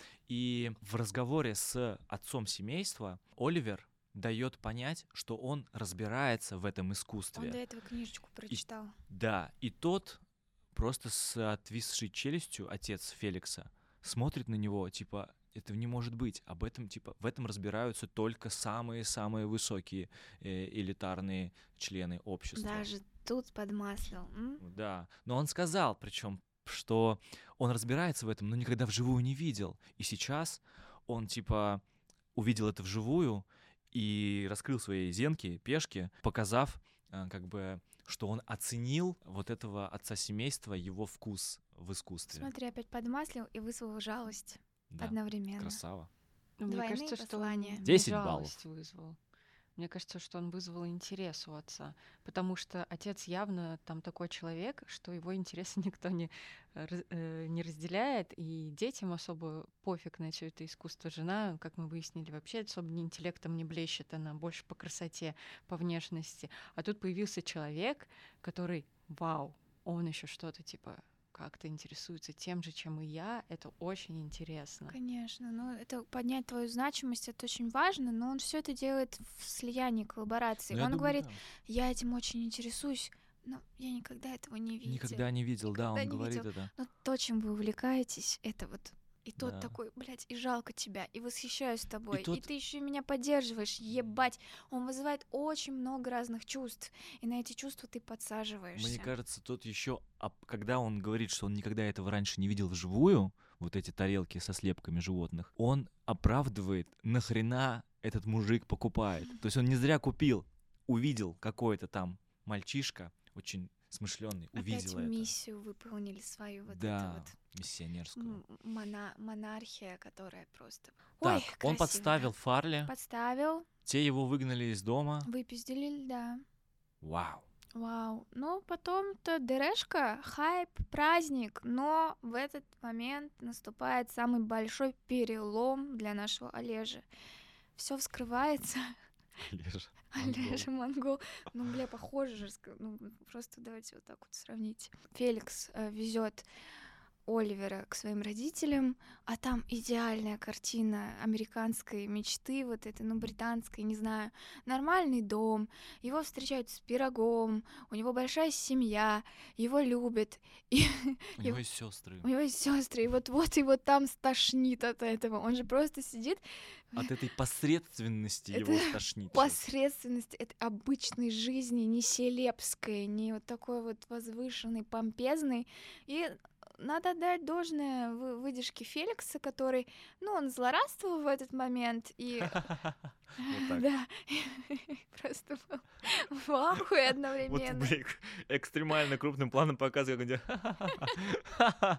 И в разговоре с отцом семейства Оливер дает понять, что он разбирается в этом искусстве. Он до этого книжечку прочитал. И тот просто с отвисшей челюстью, отец Феликса, смотрит на него, типа, это не может быть, об этом, типа, в этом разбираются только самые-самые высокие элитарные члены общества. Даже тут подмаслил. Да, но он сказал, причем, что он разбирается в этом, но никогда вживую не видел. И сейчас он, типа, увидел это вживую и раскрыл свои зенки, пешки, показав, как бы, что он оценил вот этого отца семейства, его вкус в искусстве. Смотри, опять подмаслил и вызвал жалость одновременно. Красава. Мне Двойные кажется, что послания. он 10 жалость баллов. вызвал. Мне кажется, что он вызвал интерес у отца, потому что отец явно там такой человек, что его интересы никто не разделяет, и детям особо пофиг на все это искусство. Жена, как мы выяснили, вообще особо интеллектом не блещет, она больше по красоте, по внешности. А тут появился человек, который, вау, он еще что-то типа как-то интересуется тем же, чем и я, это очень интересно. Конечно, это поднять твою значимость, это очень важно, но он все это делает в слиянии, коллаборации. Он говорит, я этим очень интересуюсь, но я никогда этого не видел. Никогда не видел, да, он говорит это. Но то, чем вы увлекаетесь, это вот... И тот такой, блядь, и жалко тебя, и восхищаюсь тобой, и ты еще меня поддерживаешь, ебать. Он вызывает очень много разных чувств, и на эти чувства ты подсаживаешься. Мне кажется, тот еще, когда он говорит, что он никогда этого раньше не видел вживую, вот эти тарелки со слепками животных, он оправдывает, нахрена этот мужик покупает. То есть он не зря купил, увидел какой-то там мальчишка, очень смышленый, увидел это. Миссию выполнили свою вот да, эту вот миссионерскую. Монархия, которая просто... Так, Ой, красиво, он подставил Фарли. Подставил. Те его выгнали из дома. Выпиздили, да. Вау. Ну, потом-то дэрэшка, хайп, праздник, но в этот момент наступает самый большой перелом для нашего Олежи. Все вскрывается. Олежа Монгол. Ну, бля, похоже же. Ну, просто давайте вот так вот сравнить. Феликс везет Оливера к своим родителям, а там идеальная картина американской мечты, вот этой, британской, не знаю, нормальный дом, его встречают с пирогом, у него большая семья, его любят. У него есть сестры. У него есть сестры, и вот его там стошнит от этого. Он же просто сидит. От этой посредственности его стошнит. Посредственность этой обычной жизни, не селебской, не вот такой вот возвышенной, помпезной. И надо отдать должное выдержке Феликса, который, он злорадствовал в этот момент, и... Да, просто был в ахуе одновременно. Вот, блин, экстремально крупным планом показывает, как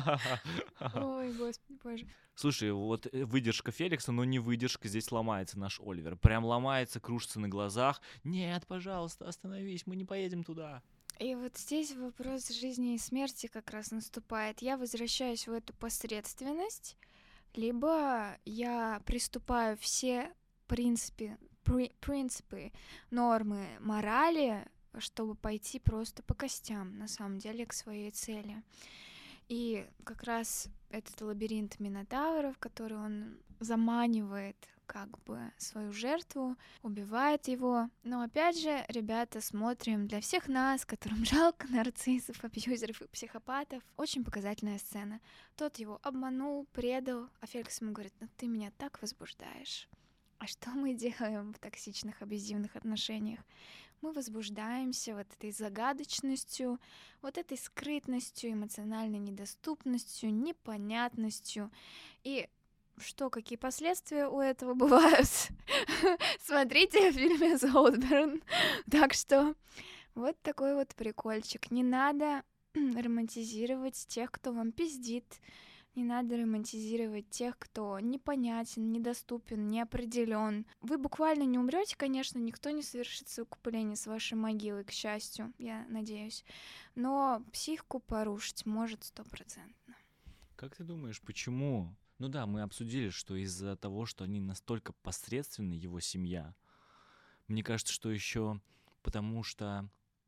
Ой, господи, боже. Слушай, вот выдержка Феликса, но не выдержка, здесь ломается наш Оливер. Прям ломается, кружится на глазах. Нет, пожалуйста, остановись, мы не поедем туда. И вот здесь вопрос жизни и смерти как раз наступает. Я возвращаюсь в эту посредственность, либо я приступаю все принципы, нормы морали, чтобы пойти просто по костям, на самом деле, к своей цели. И как раз этот лабиринт минотавров, который он заманивает как бы свою жертву, убивает его. Но опять же, ребята, смотрим для всех нас, которым жалко нарциссов, абьюзеров и психопатов. Очень показательная сцена. Тот его обманул, предал, а Феликс ему говорит: ну ты меня так возбуждаешь. А что мы делаем в токсичных, абьюзивных отношениях? Мы возбуждаемся вот этой загадочностью, вот этой скрытностью, эмоциональной недоступностью, непонятностью. И что, какие последствия у этого бывают? Смотрите в фильме «Солтберн». Так что вот такой вот прикольчик. Не надо романтизировать тех, кто вам пиздит. Не надо романтизировать тех, кто непонятен, недоступен, неопределен. Вы буквально не умрете, конечно, никто не совершит совокупление с вашей могилой, к счастью, я надеюсь. Но психику порушить может 100%. Как ты думаешь, почему? Ну да, мы обсудили, что из-за того, что они настолько посредственны, его семья, мне кажется, что еще потому что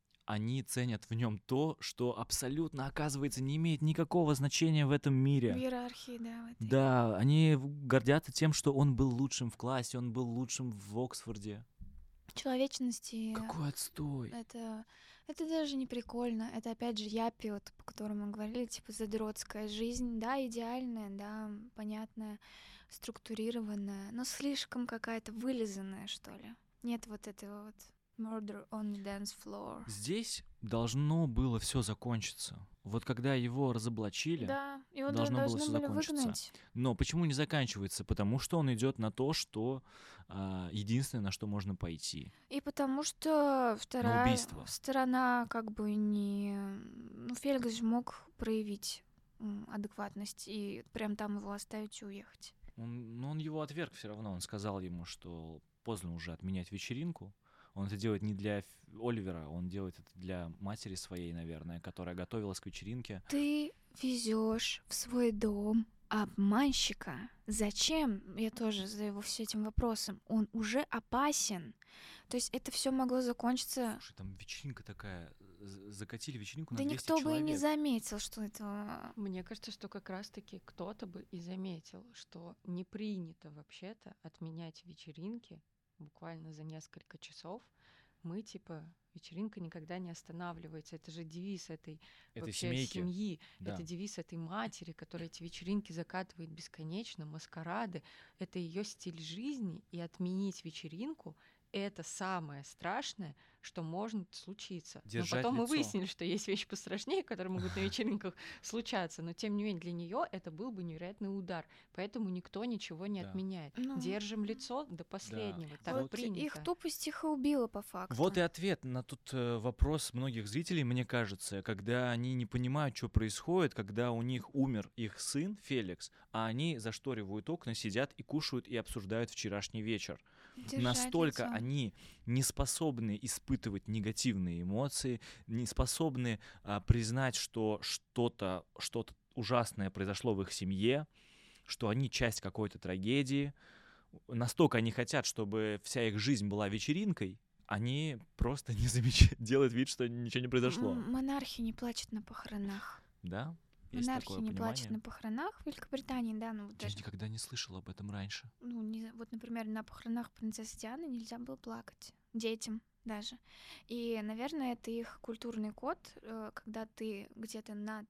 они ценят в нем то, что абсолютно, оказывается, не имеет никакого значения в этом мире. В иерархии, да. В этой. Да, они гордятся тем, что он был лучшим в классе, он был лучшим в Оксфорде. Человечности. Какой отстой. Это даже не прикольно. Это опять же япи, вот, по которому мы говорили, типа задротская жизнь. Да, идеальная, да, понятная, структурированная, но слишком какая-то вылизанная, что ли. Нет вот этого вот murder on the dance floor. Здесь должно было все закончиться. Вот когда его разоблачили, Да, его должно было должны всё были закончиться. выгнать. Но почему не заканчивается? Потому что он идет на то, что единственное, на что можно пойти. И потому что вторая убийство. сторона как бы не... Ну, Феликс же мог проявить адекватность и прям там его оставить и уехать. Он его отверг все равно. Он сказал ему, что поздно уже отменять вечеринку. Он это делает не для Оливера, он делает это для матери своей, наверное, которая готовилась к вечеринке. Ты везешь в свой дом обманщика. Зачем? Я тоже задаюсь этим вопросом. Он уже опасен. То есть это все могло закончиться... Слушай, там вечеринка такая, закатили вечеринку на Да 200 никто бы и человек. не заметил, что это... Мне кажется, что как раз-таки кто-то бы и заметил, что не принято вообще-то отменять вечеринки буквально за несколько часов. Мы, типа, вечеринка никогда не останавливается. Это же девиз этой вообще семейки. семьи. Да. Это девиз этой матери, которая эти вечеринки закатывает бесконечно, маскарады. Это ее стиль жизни. И отменить вечеринку — это самое страшное, что может случиться. Держать Но потом мы лицо. выяснили, что есть вещи пострашнее, которые могут на вечеринках случаться. Но тем не менее для нее это был бы невероятный удар. Поэтому никто ничего не Да. отменяет. Ну, Вот лицо до последнего. Так вот принято. их тупость их и убила по факту. Вот и ответ на тот вопрос многих зрителей, мне кажется, когда они не понимают, что происходит, когда у них умер их сын Феликс, а они зашторивают окна, сидят и кушают и обсуждают вчерашний вечер. Держать Настолько лицо. они не способны испытывать негативные эмоции, не способны признать, что что-то ужасное произошло в их семье, что они часть какой-то трагедии. Настолько они хотят, чтобы вся их жизнь была вечеринкой, они просто не замечают, делают вид, что ничего не произошло. Монархи не плачут на похоронах. Да? Есть Монархи такое не понимание? плачут на похоронах в Великобритании, да, ну вот Я даже, никогда не слышал об этом раньше. ну, вот, например, на похоронах принцессы Дианы нельзя было плакать. Детям даже. И, наверное, это их культурный код, когда ты где-то над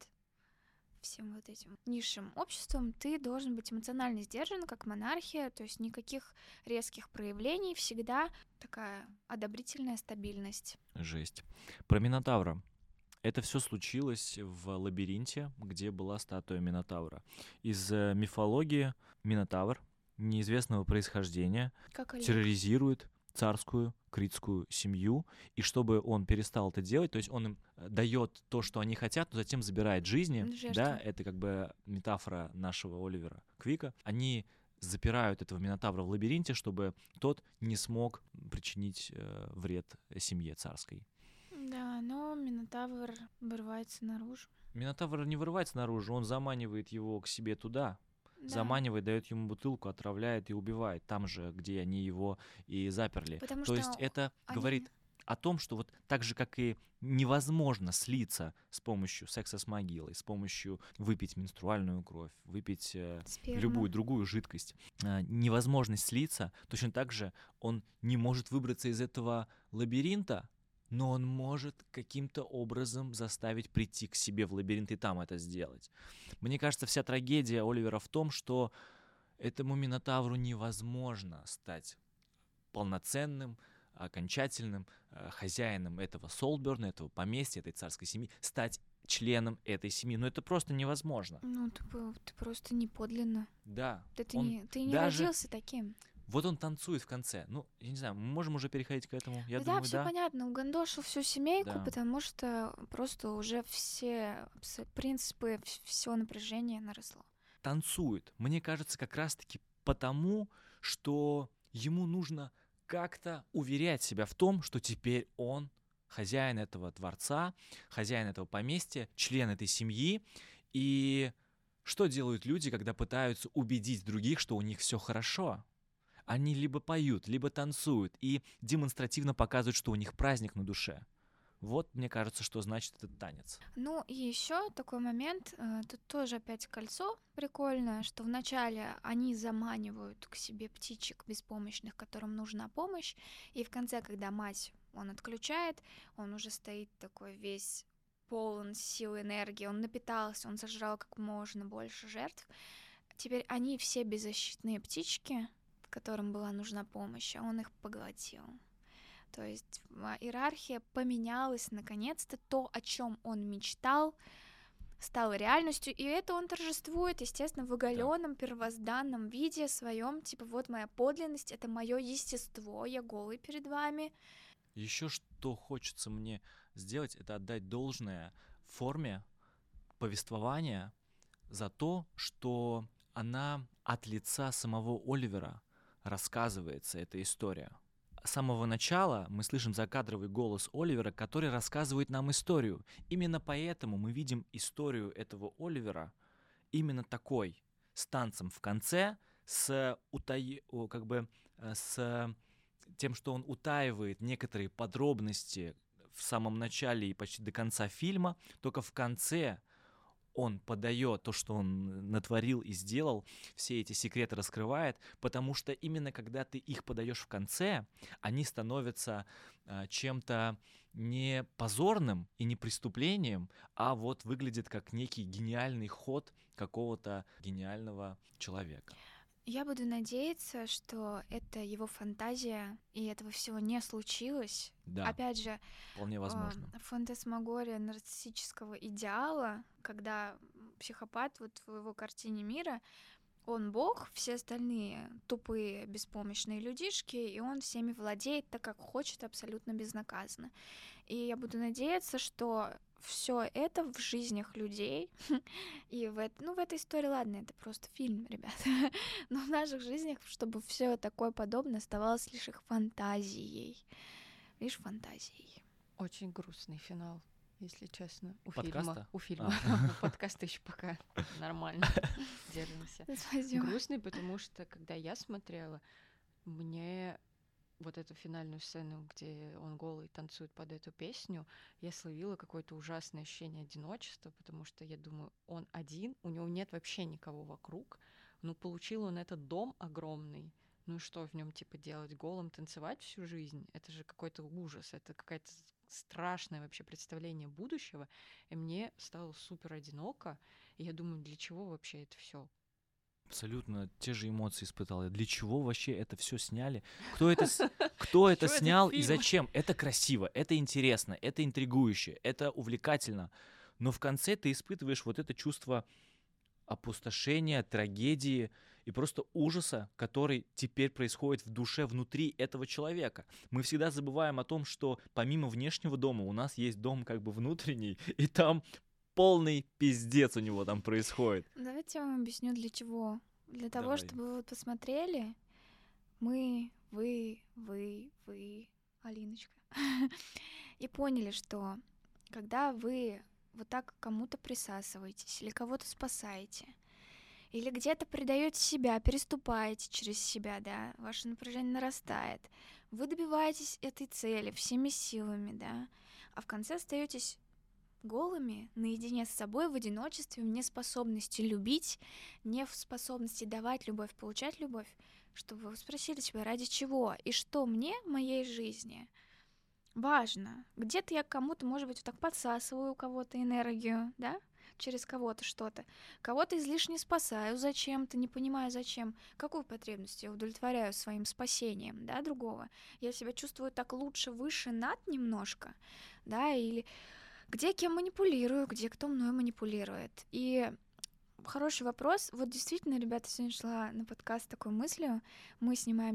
всем вот этим низшим обществом, ты должен быть эмоционально сдержан, как монархия, то есть никаких резких проявлений, всегда такая одобрительная стабильность. Жесть. Про Минотавра. Это все случилось в лабиринте, где была статуя Минотавра. Из мифологии Минотавр неизвестного происхождения Как Олег. терроризирует царскую критскую семью, и чтобы он перестал это делать, то есть он им дает то, что они хотят, но затем забирает жизни, Жертву. да, это как бы метафора нашего Оливера Квика. Они запирают этого Минотавра в лабиринте, чтобы тот не смог причинить вред семье царской. Да, но Минотавр вырывается наружу. Минотавр не вырывается наружу, он заманивает его к себе туда, Да. заманивает, дает ему бутылку, отравляет и убивает там же, где они его и заперли. Потому То что есть это они- говорит о том, что вот так же, как и невозможно слиться с помощью секса с могилой, с помощью выпить менструальную кровь, выпить Сперму. любую другую жидкость, невозможность слиться, точно так же он не может выбраться из этого лабиринта, но он может каким-то образом заставить прийти к себе в лабиринт и там это сделать. Мне кажется, вся трагедия Оливера в том, что этому Минотавру невозможно стать полноценным, окончательным хозяином этого Солберна, этого поместья, этой царской семьи, стать членом этой семьи. Но это просто невозможно. Ну, ты просто не подлинно. Да. Ты не даже родился таким. Вот он танцует в конце. Ну, я не знаю, мы можем уже переходить к этому. Я да, думаю, все да. понятно. Угандошил всю семейку, Да. потому что просто уже все принципы, все напряжение наросло. Танцует. Мне кажется, как раз-таки потому, что ему нужно как-то уверять себя в том, что теперь он хозяин этого дворца, хозяин этого поместья, член этой семьи. И что делают люди, когда пытаются убедить других, что у них все хорошо? Они либо поют, либо танцуют и демонстративно показывают, что у них праздник на душе. Вот, мне кажется, что значит этот танец. Ну и еще такой момент, тут тоже опять кольцо прикольное, что вначале они заманивают к себе птичек беспомощных, которым нужна помощь, и в конце, когда мать он отключает, он уже стоит такой весь полон сил, энергии, он напитался, он сожрал как можно больше жертв. Теперь они все беззащитные птички, которым была нужна помощь, а он их поглотил. То есть иерархия поменялась наконец-то, то, о чем он мечтал, стало реальностью, и это он торжествует, естественно, в оголенном первозданном виде своем, типа вот моя подлинность, это мое естество, я голый перед вами. Еще что хочется мне сделать, это отдать должное форме повествования за то, что она от лица самого Оливера рассказывается, эта история. С самого начала мы слышим закадровый голос Оливера, который рассказывает нам историю. Именно поэтому мы видим историю этого Оливера именно такой, с танцем в конце, с тем, что он утаивает некоторые подробности в самом начале и почти до конца фильма, только в конце он подает то, что он натворил и сделал, все эти секреты раскрывает, потому что именно когда ты их подаешь в конце, они становятся чем-то не позорным и не преступлением, а вот выглядит как некий гениальный ход какого-то гениального человека. Я буду надеяться, что это его фантазия, и этого всего не случилось. Да, опять же, вполне возможно. Фантасмагория нарциссического идеала, когда психопат вот в его картине мира, он бог, все остальные тупые, беспомощные людишки, и он всеми владеет так, как хочет, абсолютно безнаказанно. И я буду надеяться, что все это в жизнях людей, и в этой истории, ладно, это просто фильм, ребят, но в наших жизнях, чтобы все такое подобное оставалось лишь их фантазией. Лишь фантазией. Очень грустный финал, если честно. У Подкаста? фильма. У подкаста еще пока нормально держимся. Грустный, потому что, когда я смотрела, мне вот эту финальную сцену, где он голый танцует под эту песню, я словила какое-то ужасное ощущение одиночества, потому что я думаю, он один, у него нет вообще никого вокруг, но получил он этот дом огромный, ну и что в нем типа делать, голым танцевать всю жизнь? Это же какой-то ужас, это какая-то страшное вообще представление будущего, и мне стало супер одиноко, и я думаю, для чего вообще это все? Абсолютно те же эмоции испытал. Для чего вообще это все сняли? Кто это снял и зачем? Это красиво, это интересно, это интригующе, это увлекательно. Но в конце ты испытываешь вот это чувство опустошения, трагедии и просто ужаса, который теперь происходит в душе внутри этого человека. Мы всегда забываем о том, что помимо внешнего дома у нас есть дом как бы внутренний, и там полный пиздец у него там происходит. Давайте я вам объясню, для чего. Для того, Давай. чтобы вы вот посмотрели, мы, вы, Алиночка, и поняли, что когда вы вот так к кому-то присасываетесь или кого-то спасаете, или где-то предаете себя, переступаете через себя, да, ваше напряжение нарастает, вы добиваетесь этой цели всеми силами, да, а в конце остаетесь голыми, наедине с собой, в одиночестве, в неспособности любить, не в способности давать любовь, получать любовь, чтобы вы спросили себя, ради чего и что мне в моей жизни важно. Где-то я кому-то, может быть, вот так подсасываю у кого-то энергию, да, через кого-то что-то. Кого-то излишне спасаю зачем-то, не понимаю зачем. Какую потребность я удовлетворяю своим спасением, да, другого. Я себя чувствую так лучше, выше, над немножко, да, или где кем манипулирую, где кто мной манипулирует. И хороший вопрос. Вот действительно, ребята, сегодня шла на подкаст с такой мыслью. Мы снимаем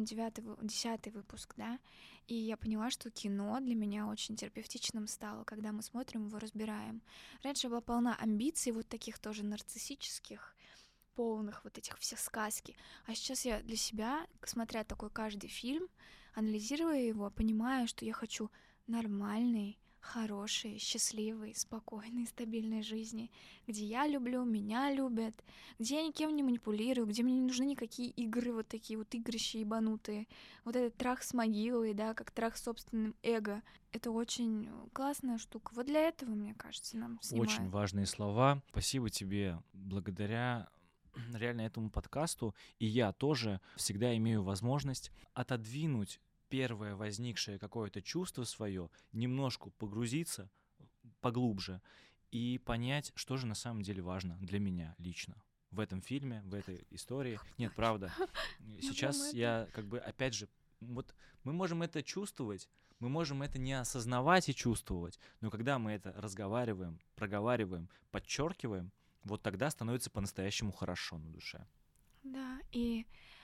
10 выпуск, да, и я поняла, что кино для меня очень терапевтичным стало, когда мы смотрим его, разбираем. Раньше я была полна амбиций, вот таких тоже нарциссических, полных вот этих всех сказки. А сейчас я для себя, смотря такой каждый фильм, анализируя его, понимаю, что я хочу нормальной, хорошей, счастливой, спокойной, стабильной жизни, где я люблю, меня любят, где я никем не манипулирую, где мне не нужны никакие игры, вот такие вот игрища ебанутые. Вот этот трах с могилой, да, как трах с собственным эго. Это очень классная штука. Вот для этого, мне кажется, нам снимают. Очень важные слова. Спасибо тебе. Благодаря реально этому подкасту и я тоже всегда имею возможность отодвинуть первое возникшее какое-то чувство свое, немножко погрузиться поглубже и понять, что же на самом деле важно для меня лично в этом фильме, в этой истории. Нет, правда. Сейчас я как бы опять же, вот мы можем это чувствовать, мы можем это не осознавать и чувствовать, но когда мы это разговариваем, проговариваем, подчеркиваем, вот тогда становится по-настоящему хорошо на душе. Да, и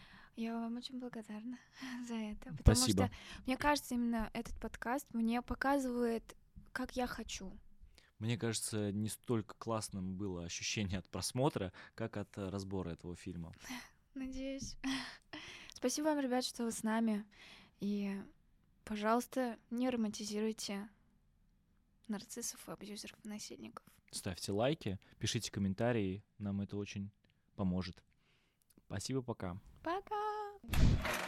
я вам очень благодарна за это, потому Спасибо. что, мне кажется, именно этот подкаст мне показывает, как я хочу. Мне кажется, не столько классным было ощущение от просмотра, как от разбора этого фильма. Надеюсь. Спасибо вам, ребят, что вы с нами. И, пожалуйста, не романтизируйте нарциссов, абьюзеров, насильников. Ставьте лайки, пишите комментарии, нам это очень поможет. Спасибо, пока. Пока!